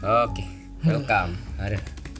Oke, welcome. Ada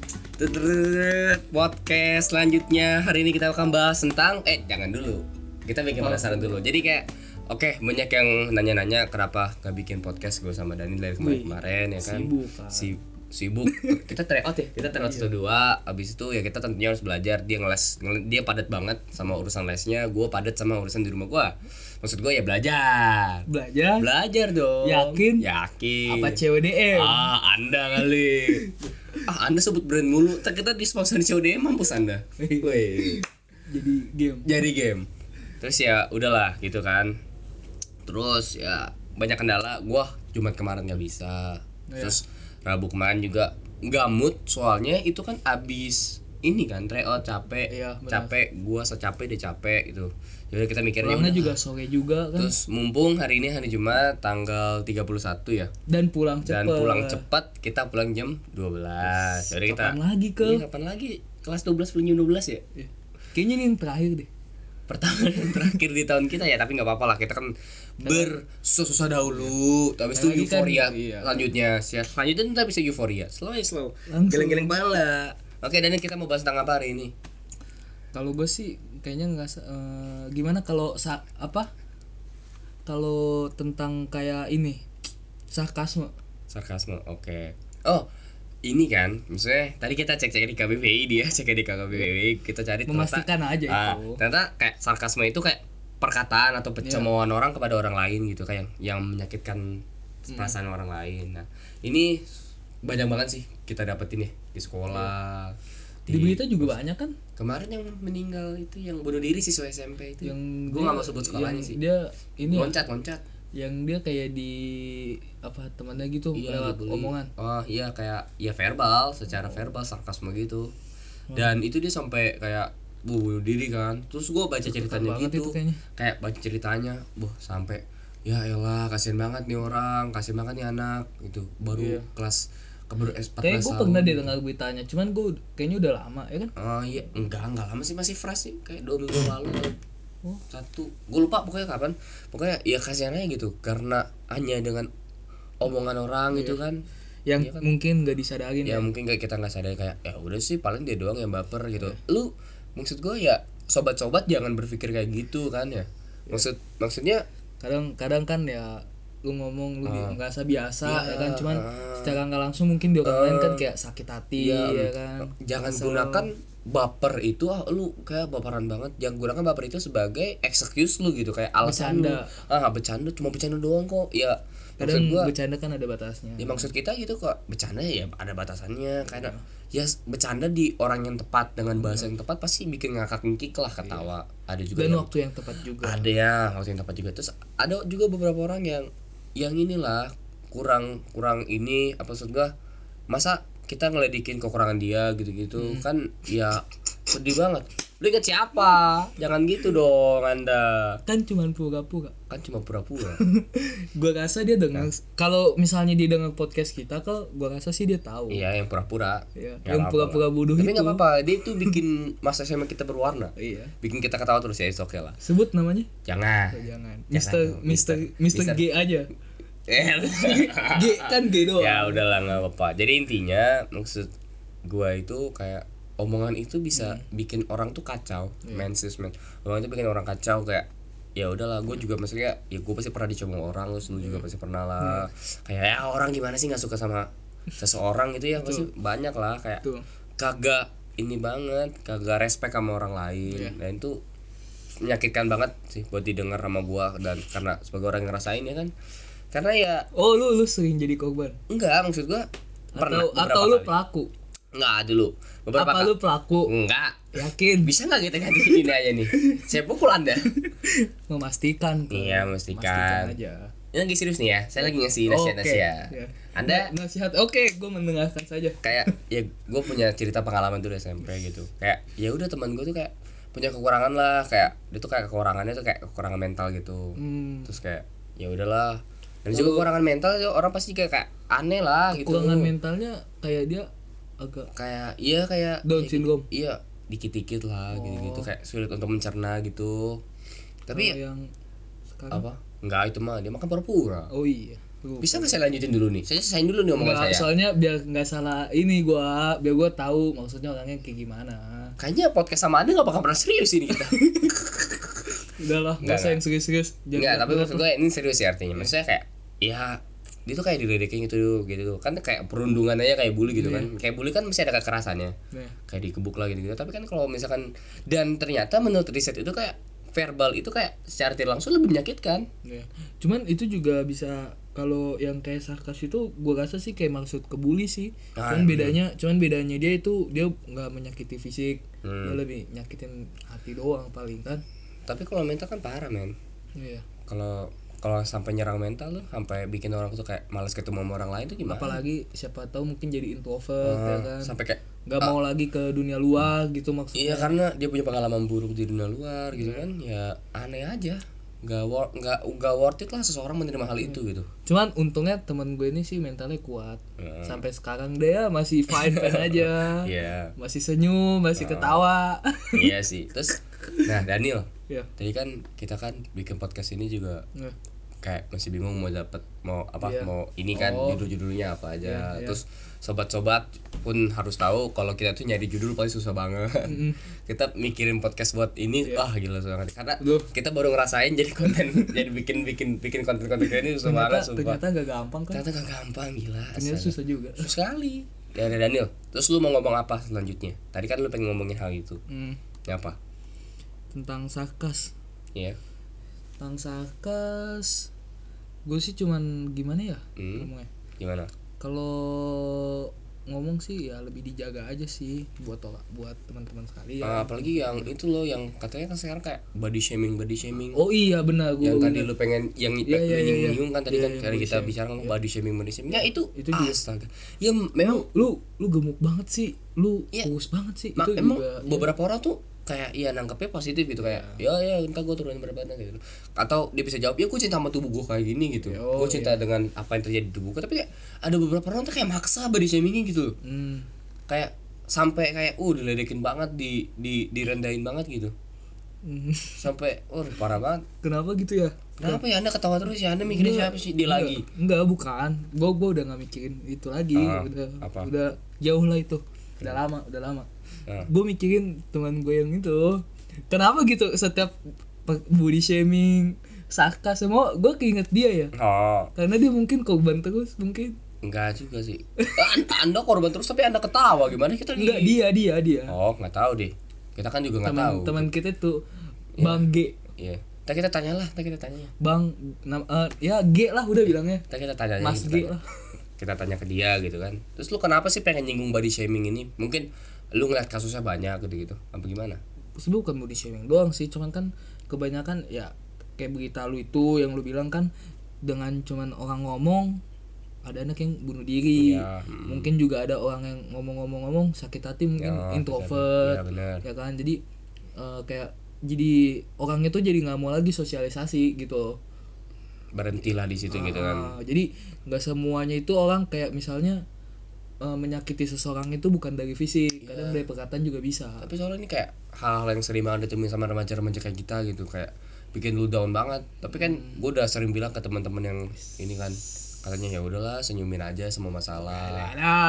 podcast selanjutnya. Hari ini kita akan bahas tentang jangan dulu. Kita bikin penasaran dulu. Jadi kayak banyak yang nanya-nanya kenapa gak bikin podcast gue sama Dani dari kemarin ya kan. Sibuk. Kita tryout ya. Kita tryout 1-2. Abis itu ya kita tentunya harus belajar. Dia padat banget sama urusan lesnya. Gue padat sama urusan di rumah gue. Maksud gue ya belajar dong. Yakin? Apa CODM? Anda kali. Anda sebut brand mulu. Kita disponsori CODM, mampus Anda. Woi. Jadi game. Terus ya udahlah gitu kan. Terus ya banyak kendala. Gua Jumat kemarin nggak bisa. Terus Rabu kemarin juga nggak mood. Soalnya itu kan abis ini kan tryout capek. Gua secapek dia capek gitu. Jadi kita mikirnya pulangnya juga sore juga kan. Terus mumpung hari ini hari Jumat tanggal 31 ya. Dan pulang cepat. Kita pulang jam 12. Jadi kita kapan lagi? Kelas 12 pulang jam 12 ya? Kayaknya ini yang terakhir deh. Pertama dan terakhir di tahun kita ya, tapi enggak apa-apa lah. Kita kan bersusah dahulu. Habis itu euforia kan, selanjutnya kita bisa euforia. Slow. Geleng-geleng pala. Oke, dan kita mau bahas tentang apa hari ini? Kalau gue sih kayaknya gimana kalau kalau tentang kayak ini sarkasme, oke. Oh, ini kan maksudnya tadi kita cek di KBBI, kita cari memastikan aja itu. Ternyata kayak sarkasme itu kayak perkataan atau pencemoohan orang kepada orang lain gitu, kayak yang menyakitkan perasaan orang lain. Nah, ini banyak banget sih kita dapetin ya di sekolah. Di berita juga banyak kan. Kemarin yang meninggal itu yang bunuh diri siswa SMP itu. Yang gue nggak mau sebut sekolahnya sih. Dia ini loncat. Yang dia kayak di temannya gitu lewat omongan. Oh iya, kayak verbal, secara verbal sarkasme gitu. Dan itu dia sampai kayak bunuh diri kan. Terus gue baca ceritanya gitu. Kayak baca ceritanya, sampai ya elah kasihan banget nih orang, kasihan banget nih anak gitu. Baru kelas S14 kayak gue pernah dengar beritanya, cuman gue kayaknya udah lama ya kan. Oh iya, enggak lama sih, masih fresh sih, kayak 2 minggu lalu gue lupa pokoknya kapan. Pokoknya ya kasihan aja gitu, karena hanya dengan omongan orang gitu kan, yang kan? Mungkin gak disadarin ya mungkin kayak kita gak sadar, kayak ya udah sih paling dia doang yang baper gitu. Lu maksud gue ya sobat-sobat jangan berpikir kayak gitu kan ya. Maksudnya kadang kan ya lu ngomong lu ngerasa biasa ya kan, cuman secara nggak langsung mungkin di orang lain kan kayak sakit hati ya kan. Jangan gunakan baper itu lu kayak baperan banget. Jangan gunakan baper itu sebagai excuse lu gitu, kayak alasan bercanda cuma bercanda doang kok ya. Kadang bercanda kan ada batasnya ya. Maksud kita gitu kok, bercanda ya ada batasannya. Karena ya bercanda di orang yang tepat dengan bahasa yang tepat pasti bikin ngakak-ngikik lah, ketawa. Ada juga dan waktu yang tepat juga. Ada ya waktu yang tepat juga. Terus ada juga beberapa orang yang inilah kurang ini, apa maksud gua, masa kita ngeledekin kekurangan dia gitu-gitu kan ya sedih banget. Lu inget siapa? Jangan gitu dong Anda. Kan cuma pura-pura. Gua rasa dia dengar kalau misalnya dia dengar podcast kita, gua rasa sih dia tahu. Iya, yang pura-pura. Iya, yang pura-pura bodoh itu. Tapi enggak apa-apa, dia itu bikin masa SMA kita berwarna. Iya. Bikin kita ketawa terus ya, oke lah. Sebut namanya? Jangan. Mr. G aja. G kan G doang. Ya udahlah, nggak apa-apa. Jadi intinya maksud gua itu kayak omongan itu bisa bikin orang tuh kacau. Omongan itu bikin orang kacau, kayak ya udahlah. Gua juga maksudnya ya gua pasti pernah dicomong orang, lu juga pasti pernah lah. Kayak ya orang gimana sih nggak suka sama seseorang gitu ya, pasti banyak lah kayak kagak ini banget, kagak respect sama orang lain. Dan itu menyakitkan banget sih buat didengar sama gua, dan karena sebagai orang yang ngerasain ya kan. Karena ya lu sering jadi korban? Enggak, maksud gua pernah. Atau lu pelaku? Enggak, dulu beberapa lu pelaku? Enggak. Yakin? Bisa enggak kita ganti ini aja nih? Saya pukul Anda. Memastikan. Iya, memastikan aja. Ini lagi serius nih ya. Saya lagi ngasih nasihat. Anda nasihat. Oke, gua mendengarkan saja. Kayak ya gua punya cerita pengalaman dulu SMP gitu. Kayak ya udah, teman gua tuh kayak punya kekurangan lah, kayak dia tuh kayak kekurangannya tuh kayak kekurangan mental gitu. Terus kayak ya udahlah. Dan juga kekurangan mental orang pasti kayak aneh lah gitu. Kekurangan mentalnya kayak dia agak kayak Down syndrome. Iya, dikit-dikit lah gitu-gitu, kayak sulit untuk mencerna gitu. Tapi yang sekarang apa? Enggak, itu mah dia makan pura-pura. Oh iya. Bisa nggak saya lanjutin dulu nih? Saya selesaiin dulu nih omongan Nggak, saya. soalnya biar nggak salah ini biar gua tahu maksudnya orangnya kayak gimana. Kayaknya podcast sama Anda nggak bakal pernah serius ini kita. Udahlah, nggak usah yang serius-serius. Enggak, tapi maksud gue ini serius sih artinya. Maksudnya kayak ya dia tuh kayak diledekin gitu kan kayak perundungan aja kayak bully gitu kan. Kayak bully kan masih ada kekerasannya. Kayak dikebuk lah gitu. Tapi kan kalau misalkan dan ternyata menurut riset itu kayak verbal itu kayak secara tidak langsung lebih menyakitkan. Cuman itu juga bisa kalau yang kayak sarkas itu gua rasa sih kayak maksud kebuli sih. Cuman bedanya dia itu dia nggak menyakiti fisik, dia lebih nyakitin hati doang paling kan. Tapi kalau mental kan parah men. Iya. Kalau sampai nyerang mental tuh sampai bikin orang tuh kayak malas ketemu sama orang lain tuh gimana? Apalagi siapa tahu mungkin jadi introvert ya kan. Sampai kayak nggak mau lagi ke dunia luar gitu maksudnya. Iya, karena dia punya pengalaman buruk di dunia luar gitu kan. Ya aneh aja. Nggak worth it lah seseorang menerima hal itu gitu. Cuman untungnya teman gue ini sih mentalnya kuat. Sampai sekarang dia masih fine aja. Masih senyum, masih ketawa. Iya sih. Terus nah Daniel, tadi kan kita kan bikin podcast ini juga kayak masih bingung mau ini kan judul-judulnya apa aja. Terus sobat-sobat pun harus tahu kalau kita tuh nyari judul paling susah banget. Kita mikirin podcast buat ini gila susah banget karena kita baru ngerasain jadi konten jadi bikin konten-konten kayak ini susah banget sumpah. Ternyata gak gampang kan? Ternyata gak gampang gila. Ternyata susah juga. Susah sekali. Ya Daniel, terus lu mau ngomong apa selanjutnya? Tadi kan lu pengen ngomongin hal itu. Apa? Tentang sarkas. Iya. Tentang sarkas gue sih cuman gimana ya ngomongnya. Gimana? Kalau ngomong sih ya lebih dijaga aja sih buat teman-teman sekalian. Apalagi yang itu loh yang katanya kan sekarang kayak body shaming. Oh iya benar gue. Yang tadi lu pengen yang nyinggung kan tadi kan dari kita bicara body shaming. Ya itu astaga. Ya memang lu gemuk banget sih. Lu kurus banget sih. Itu emang juga, beberapa orang tuh kayak nangkepnya positif gitu kayak entar gue turunin berat badan gitu atau dia bisa jawab gue cinta sama tubuh gue kayak gini gitu gue cinta dengan apa yang terjadi di tubuh gue tapi kayak ada beberapa orang tuh kayak maksa body shaming gitu kayak sampai kayak diledekin banget direndahin banget gitu sampai parah banget. Kenapa gitu ya? Kenapa ya Anda ketawa terus ya? Anda mikirin siapa sih dia lagi? Enggak, bukan. Gue udah gak mikirin itu lagi. Udah jauh lah itu. Udah lama. Gue mikirin teman gue yang itu. Kenapa gitu setiap body shaming, sarkas semua gue keinget dia ya. Karena dia mungkin korban terus mungkin. Enggak juga sih. Anda korban terus tapi Anda ketawa gimana kita? Enggak, dia. Nggak tahu deh. Kita kan juga nggak tahu. Teman kita tuh Bang G. Iya. Kita tanya. Bang G lah udah bilangnya. Kita tanya Mas G lah. Kita tanya ke dia gitu kan. Terus lu kenapa sih pengen nyinggung body shaming ini? Mungkin lu ngeliat kasusnya banyak gitu apa gimana? Sebenarnya bukan body shaming doang sih, cuman kan kebanyakan ya kayak berita lu itu yang lu bilang kan dengan cuman orang ngomong ada anak yang bunuh diri. Mungkin juga ada orang yang ngomong sakit hati mungkin introvert. Ya kan jadi kayak jadi orangnya tuh jadi nggak mau lagi sosialisasi gitu. Berhentilah di situ gitu kan. Jadi nggak semuanya itu orang kayak misalnya menyakiti seseorang itu bukan dari fisik, kadang dari perkataan juga bisa. Tapi soalnya ini kayak hal-hal yang sering banget ditemuin sama remaja-remaja kayak kita gitu, kayak bikin lu down banget. Tapi kan gue udah sering bilang ke teman-teman yang ini kan, katanya ya udahlah senyumin aja semua masalah.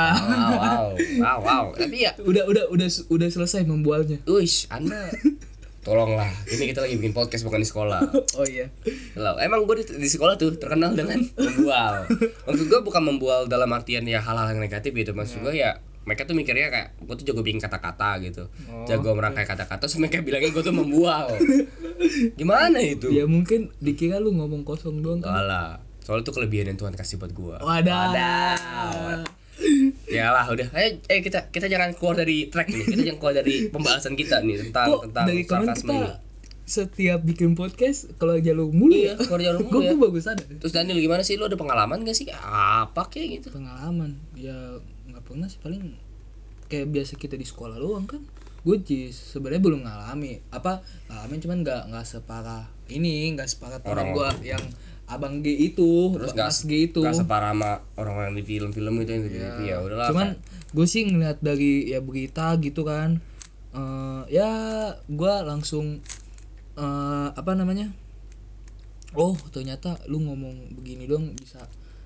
Wow. Tapi ya udah selesai membualnya. Uish, Anda tolonglah, ini kita lagi bikin podcast bukan di sekolah. Oh iya. Loh, emang gue di sekolah tuh terkenal dengan membual. Maksud gue bukan membual dalam artian ya hal-hal yang negatif gitu. Maksud gue ya mereka tuh mikirnya kayak gue tuh jago bikin kata-kata gitu, jago merangkai kata-kata. Terus mereka bilangnya gue tuh membual. Gimana itu? Ya mungkin dikira lu ngomong kosong doang kan. Alah, soalnya tuh kelebihan yang Tuhan kasih buat gue. Wadah. Ya lah udah. Ayo kita jangan keluar dari track nih. Kita jangan keluar dari pembahasan kita nih tentang dari sarkasme ini. Setiap bikin podcast kalau jalur mulu ya. Kalau jalur mulu ya. Gue bagus ada. Terus Daniel gimana sih, lu ada pengalaman gak sih apa kayak gitu? Pengalaman ya nggak pernah sih, paling kayak biasa kita di sekolah doang kan. Gue sebenarnya belum ngalamin cuman nggak separah teman gue yang Abang G itu, terus Mas G itu. Gak separah sama orang-orang di film-film gitu yang di TV ya udahlah. Cuman gue sih ngeliat dari ya berita gitu kan, ya gue langsung ternyata lu ngomong begini dong bisa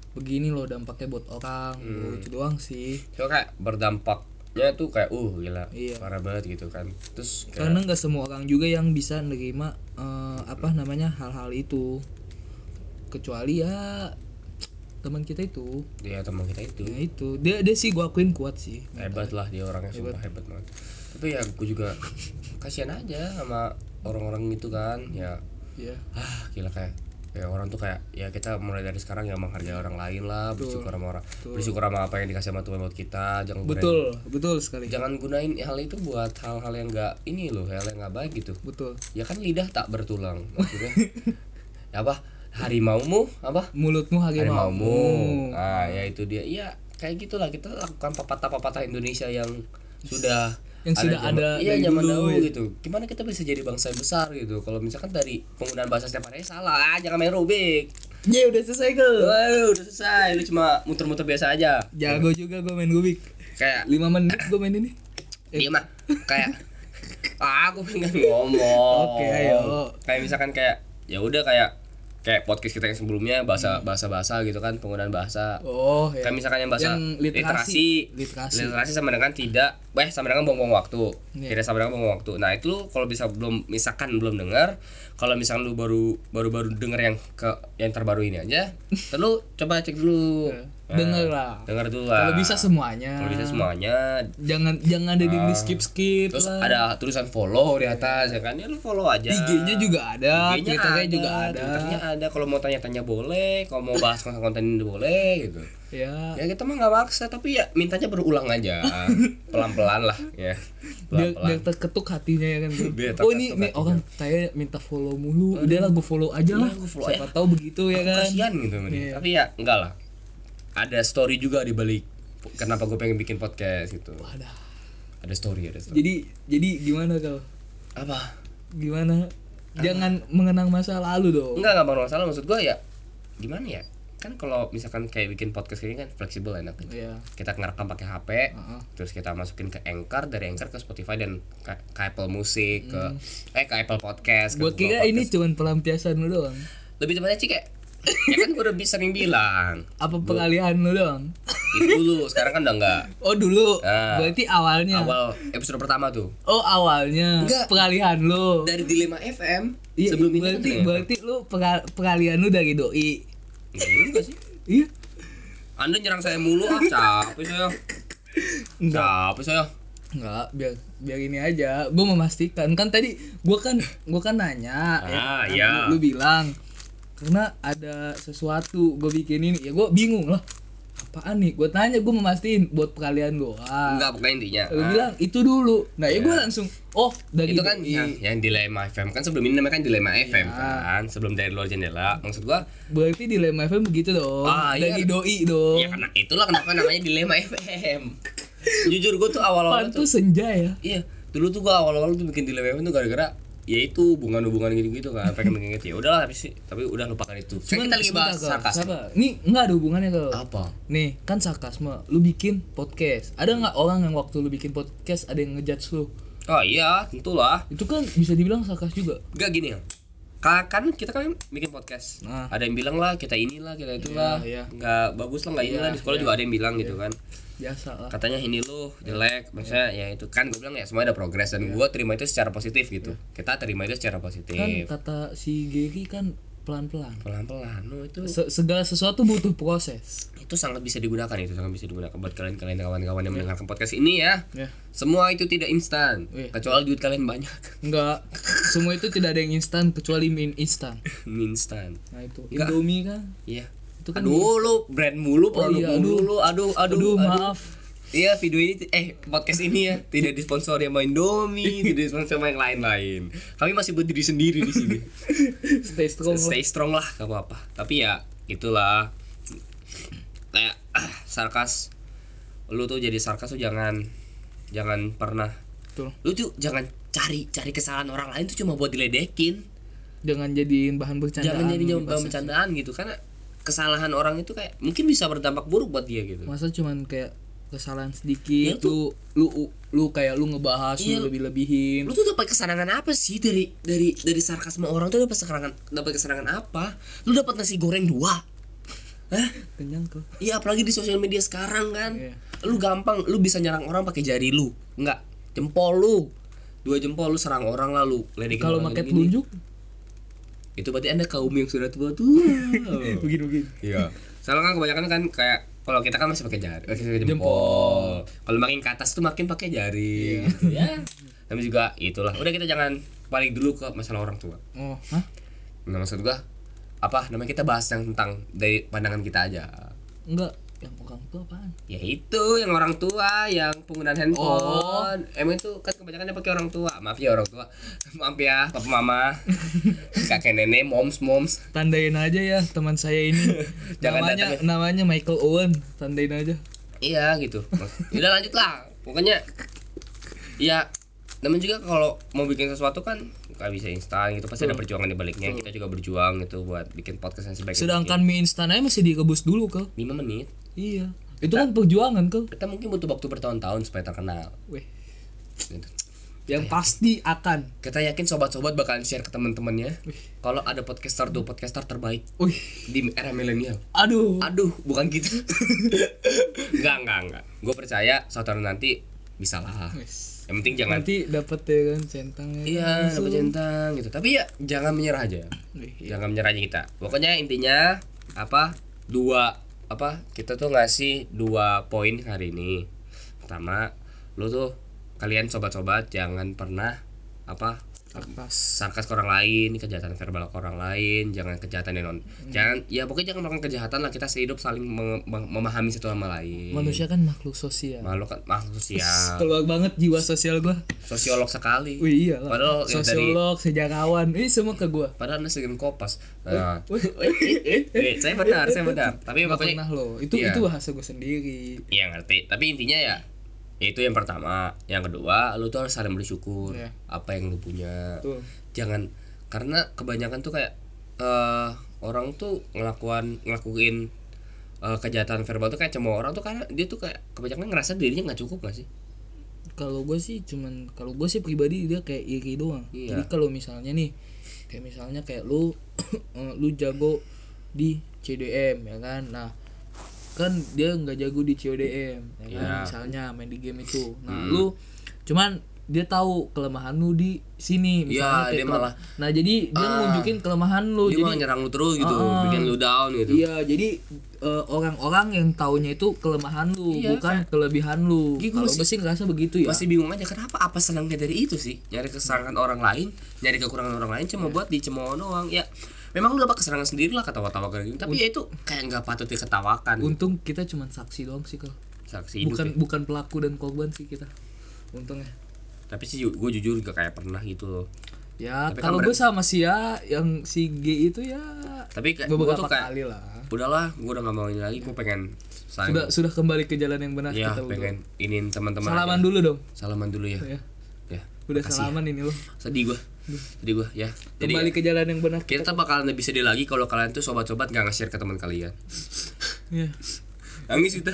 begini loh dampaknya buat orang. Itu doang sih. So kayak berdampaknya tuh kayak gila, Iya. parah banget gitu kan. Terus kayak, Karena nggak semua orang juga yang bisa nerima hal-hal itu, kecuali ya teman kita itu. dia teman kita itu Nah itu dia sih gua akuin kuat sih. hebat lah, dia orangnya sumpah hebat banget. Tapi ya gue juga kasihan aja sama orang-orang itu kan ya. Iya. Gila kayak orang tuh kayak ya kita mulai dari sekarang ya menghargai orang lain lah, bersyukur sama orang, bersyukur sama apa yang dikasih sama Tuhan buat kita. Jangan Betul sekali. jangan gunain hal itu buat hal-hal yang enggak ini loh, hal yang enggak baik gitu. Betul. Ya kan lidah tak bertulang maksudnya. Ya apa? Harimaumu apa? Mulutmu harimaumu. Nah, ya itu dia. Iya, kayak gitulah kita lakukan pepatah-pepatah Indonesia yang sudah ada iya dari zaman dulu, dahulu ya. gitu. Gimana kita bisa jadi bangsa besar gitu kalau misalkan dari penggunaan bahasa setiap hari salah, jangan main Rubik. Ya udah selesai kok. Waduh, udah selesai. Lu cuma muter-muter biasa aja. Jago juga gue main Rubik. Kayak 5 menit gue main ini. dia mah kayak aku pengen ngomong. Oke, ayo. Kayak misalkan kayak ya udah kayak podcast kita yang sebelumnya bahasa gitu kan, penggunaan bahasa. Oh, ya. Kayak misalkan yang bahasa Yang literasi. literasi sama dengan tidak, sama dengan buang-buang waktu. Iya. Tidak sama dengan buang waktu. Nah, itu lu kalau bisa belum dengar, kalau misalkan lu baru denger yang terbaru ini aja, terus coba cek dulu. Denger lah. Dengar dulu lah. Kalau bisa semuanya. Jangan ada di skip Terus lah. ada tulisan follow di atas ya kan, ya lu follow aja. IG-nya juga ada, IG-nya Twitternya ada, juga ada. Twitternya ada. Kalau mau tanya-tanya boleh, kalau mau bahas konten ini boleh gitu. Ya. Ya kita mah nggak maksa, tapi ya mintanya berulang aja, pelan-pelan lah ya. Biar terketuk hatinya ya kan. Biar Oh terketuk ini hatinya. orang kayak minta follow mulu. Udah lah gue follow aja lah. Gua follow Siapa tahu begitu ya kan. Kasian gitu sama dia. Iya. Tapi ya enggak lah. Ada story juga di balik kenapa gue pengen bikin podcast gitu. Ada story. Jadi gimana kau? Apa? Gimana? Jangan mengenang masa lalu dong. Enggak masalah, maksud gue ya gimana ya? Kan kalau misalkan kayak bikin podcast ini kan fleksibel enak gitu. Iya. Kita ngerekam pakai HP, terus kita masukin ke Anchor, dari Anchor ke Spotify dan ke Apple Music, ke Apple Podcast. Gue kira ini cuman pelampiasan lu doang. Lebih tepatnya sih kayak ya kan gue udah bisa sering bilang. Apa pengalihan lu doang? Itu dulu, sekarang kan udah enggak. Oh dulu. Nah, Berarti awalnya. Awal episode pertama tuh. Oh awalnya. Enggak. Pengalihan lu. Dari Dilema FM. Iya, Sebelum ini kan Dilema berarti lu pengalihan lu dari doi. FM. Enggak juga sih. Iya. Anda nyerang saya mulu, capek saya. Capek saya. Enggak, biar ini aja. Gue memastikan kan tadi gua kan nanya Iya. Lu bilang karena ada sesuatu gue bikin ini ya gue bingung lah apaan nih gue tanya gue memastiin buat peralihan doang. Enggak, pokoknya intinya. Lu bilang itu dulu. Nah ya gue langsung dari itu kan yang Dilema FM kan, sebelum ini namanya kan Dilema FM kan, sebelum Dari Luar Jendela. Maksud gua berarti Dilema FM begitu dong. Dari iya. doi dong. Ya karena itulah kenapa namanya Dilema FM. Jujur gua tuh awal-awal tuh senja ya. Iya, dulu tuh gua awal-awal tuh bikin Dilema FM tuh gara-gara ya itu hubungan gitu kan, pengen mengingat ya udahlah tapi udah lupakan itu. Kan kita lagi bahas sarkasme. Nih enggak ada hubungannya kalau. Apa? Nih kan sarkasme. Lu bikin podcast. Ada enggak orang yang waktu lu bikin podcast ada yang ngejudge lu? Oh iya, tentulah. Itu kan bisa dibilang sarkas juga. Enggak gini ya. Kan kita kan bikin podcast. Ada yang bilang lah kita inilah, kita itulah. Iya. Enggak bagus lah, enggak inilah. Di sekolah juga ada yang bilang gitu kan. Biasa lah. Katanya ini lu jelek, maksudnya ya itu kan gue bilang ya semua ada progres dan gue terima itu secara positif gitu. Kita terima itu secara positif. Kan kata si Gary kan pelan-pelan. No itu Segala sesuatu butuh proses. itu sangat bisa digunakan buat kalian kawan-kawan yang mendengarkan podcast ini ya. Semua itu tidak instan, kecuali duit kalian banyak. Enggak, semua itu tidak ada yang instan kecuali mie instan. Mie instan. Nah itu Indomie kan. Iya. Itu kan lu brand mulu, produk mulu. Aduh, maaf. Iya, video ini podcast ini ya tidak disponsori sama Indomie, tidak disponsori sama yang lain-lain. Kami masih berdiri sendiri di sini. Stay strong lah, gak apa-apa. Tapi ya itulah kayak sarkas. Lu tuh jadi sarkas tuh jangan pernah. Betul. Lu tuh jangan cari kesalahan orang lain tuh cuma buat diledekin. Jangan jadiin bahan bercandaan. Gitu karena kesalahan orang itu kayak mungkin bisa berdampak buruk buat dia gitu. Masa cuman kayak kesalahan sedikit ya, lu kayak lu ngebahas lu lebih-lebihin. Lu tuh dapat kesenangan apa sih dari sarkasme orang tuh dapat kesenangan apa? Lu dapat nasi goreng 2. Kenyang kok. Iya, apalagi di sosial media sekarang kan. Iya. Lu gampang, lu bisa nyerang orang pakai jari lu. Enggak, jempol lu. 2 jempol lu serang orang lalu. Kalau pakai telunjuk itu berarti Anda kaum yang sudah tua. begini. Iya. Soalnya kan kebanyakan kan kayak kalau kita kan masih pakai jari, pakai jempol. Kalau makin ke atas tuh makin pakai jari. Gitu, ya. Tapi juga itulah. Udah kita jangan balik dulu ke masalah orang tua. Oh, hah? Nah, maksud gua apa namanya, kita bahas yang tentang dari pandangan kita aja. Enggak, yang orang tua apaan? Ya itu yang orang tua, yang penggunaan handphone. Emang itu kan kebanyakan pakai orang tua. Maaf ya orang tua. Maaf ya papa mama. Kakek nenek, moms. Tandain aja ya teman saya ini. Jangan namanya Michael Owen, tandain aja. Iya gitu. Udah lanjut lah. Pokoknya ya namanya juga kalau mau bikin sesuatu kan gak bisa instan gitu, pasti ada perjuangan di baliknya. Kita juga berjuang gitu buat bikin podcast yang sebaik mungkin. Sedangkan mie instan aja masih direbus dulu kok. 5 menit. Iya. Itu kan perjuangan kok. Kita mungkin butuh waktu bertahun-tahun supaya terkenal. Weh. Gitu. Yang pasti akan. Kita yakin sobat-sobat bakalan share ke teman-temannya. Kalau ada podcaster terbaik Wih. di era milenial. Aduh, Bukan gitu. Enggak. Gue percaya suatu hari nanti bisa lah. Yang penting jangan nanti dapat ya kan centangnya. Iya, dapat centang gitu. Tapi ya jangan menyerah aja. Jangan menyerah aja kita. Pokoknya intinya kita tuh ngasih 2 poin hari ini. Pertama, lu tuh kalian sobat-sobat jangan pernah sarkas ke orang lain, kejahatan verbal ke orang lain, jangan kejahatan jangan, ya pokoknya jangan melakukan kejahatan lah. Kita sehidup saling memahami satu sama lain. Manusia kan makhluk sosial. Makhluk sosial. Keluar banget jiwa sosial gua. Sosiolog sekali. Wih, iya lah. Padahal sosiolog, sejarawan, ini semua ke gua. Padahal Anda sering kopas. Nah. Saya benar. Tapi Nggak pokoknya pernah loh. Itu bahasa gua sendiri. Iya ngerti. Tapi intinya ya itu yang pertama. Yang kedua, lu tuh harus saling bersyukur apa yang lu punya. Betul. Jangan, karena kebanyakan tuh kayak orang tuh ngelakuin kejahatan verbal tuh kayak cuma orang tuh karena dia tuh kayak kebanyakan ngerasa dirinya nggak cukup gak sih? Kalau gue sih pribadi dia kayak iri doang. Iya. Jadi kalau misalnya nih kayak lu lu jago di CDM ya kan. Nah, kan dia nggak jago di CODM ya kan, misalnya main di game itu. Nah, lu cuman dia tahu kelemahan lu di sini misalnya kayak dia malah. Nah, jadi dia nunjukin kelemahan lu, dia jadi malah nyerang lu terus gitu, bikin lu down gitu. Iya, jadi orang-orang yang taunya itu kelemahan lu, bukan kelebihan lu. Kalau gue sih ngerasa begitu ya. Masih bingung aja kenapa apa senangnya dari itu sih? Nyari kesalahan orang lain, nyari kekurangan orang lain cuma buat dicemooh doang. Ya memang lu dapat kesenangan sendiri lah ketawa-tawa kayak gitu, tapi ya itu kayak nggak patut diketawakan. Untung kita cuma saksi doang sih, saksi hidup bukan pelaku dan korban sih kita, untungnya. Tapi sih gue jujur gak kayak pernah gitu loh. Ya kalau gue sama si yang si G itu ya, tapi beberapa kayak, kali lah. Udahlah, gue udah gak mau ini lagi. Gue pengen sudah kembali ke jalan yang benar. Ya, kita pengen iniin teman-teman salaman aja. dulu dong. Salaman dulu ya. Udah salaman ini loh. Sedih gue ya. Jadi kembali ke jalan yang benar. Kita bakalan lebih sedih lagi kalau kalian tuh sobat-sobat gak nge-share ke teman kalian. Iya. Nangis kita.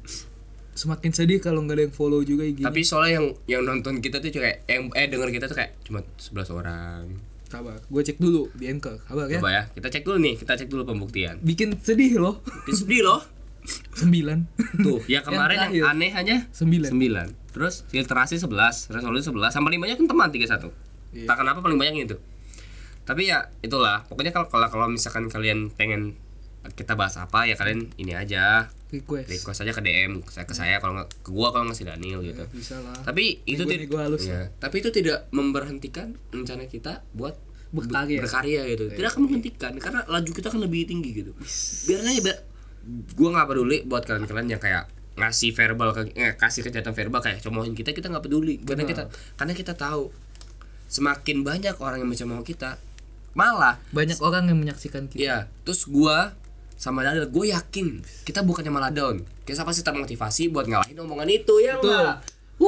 Semakin sedih kalau nggak ada yang follow juga gini. Tapi soalnya yang nonton kita tuh kayak denger kita tuh kayak cuma 11 orang. Kabar. Gue cek dulu di Anchor. Kabar ya. Coba ya. Kita cek dulu pembuktian. Bikin sedih loh. Bikin sedih loh. 9. Tuh, yang kemarin yang aneh hanya 9. Terus filtrasi 11, resolusi 11, sama paling banyak kan teman 31. Tak kenapa paling banyak itu. Tapi ya itulah. Pokoknya kalau misalkan kalian pengen kita bahas apa ya kalian ini aja request aja ke DM ke saya, kalau nggak ke gua, kalau nggak si Daniel gitu. Bisa lah. Tapi itu tapi itu tidak memberhentikan rencana kita buat berkarya gitu. Tidak akan menghentikan karena laju kita kan lebih tinggi gitu. Biarnya gua nggak peduli buat kalian yang kayak ngasih verbal kasih kejahatan verbal kayak cemohin kita nggak peduli. Karena kita tahu semakin banyak orang yang mencemooh kita, malah banyak orang yang menyaksikan kita. Iya, terus gua sama Daniel, gue yakin kita bukannya malah down, kita pasti termotivasi buat ngalahin omongan itu ya enggak.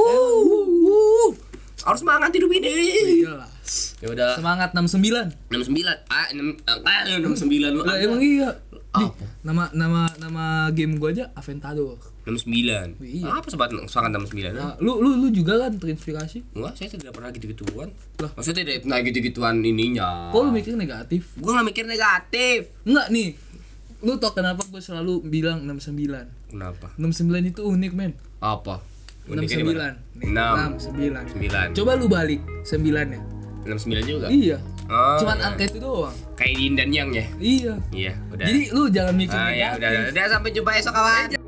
Harus semangat hidup ini. Ya udah. Semangat 69 lu. Emang iya. Nama game gua aja Aventador 69. Iya. Apa semangat 69? Nah, lu juga kan terinspirasi? Enggak, saya tidak pernah gitu-gituan. Lah, maksudnya tidak pernah gitu-gituan ininya. Kok lu mikir negatif? Gua enggak mikir negatif. Enggak nih. Lu tau kenapa gue selalu bilang 69? Kenapa? 69 itu unik, men. Apa? 69. 69. 9. Coba lu balik 9-nya. 69 juga? Iya. Oh, Cuman nah. angka itu doang. Kayak Yin dan Yang ya? Iya. Iya, udah. Jadi lu jangan mikir ya negatif. udah sampai jumpa esok kawan.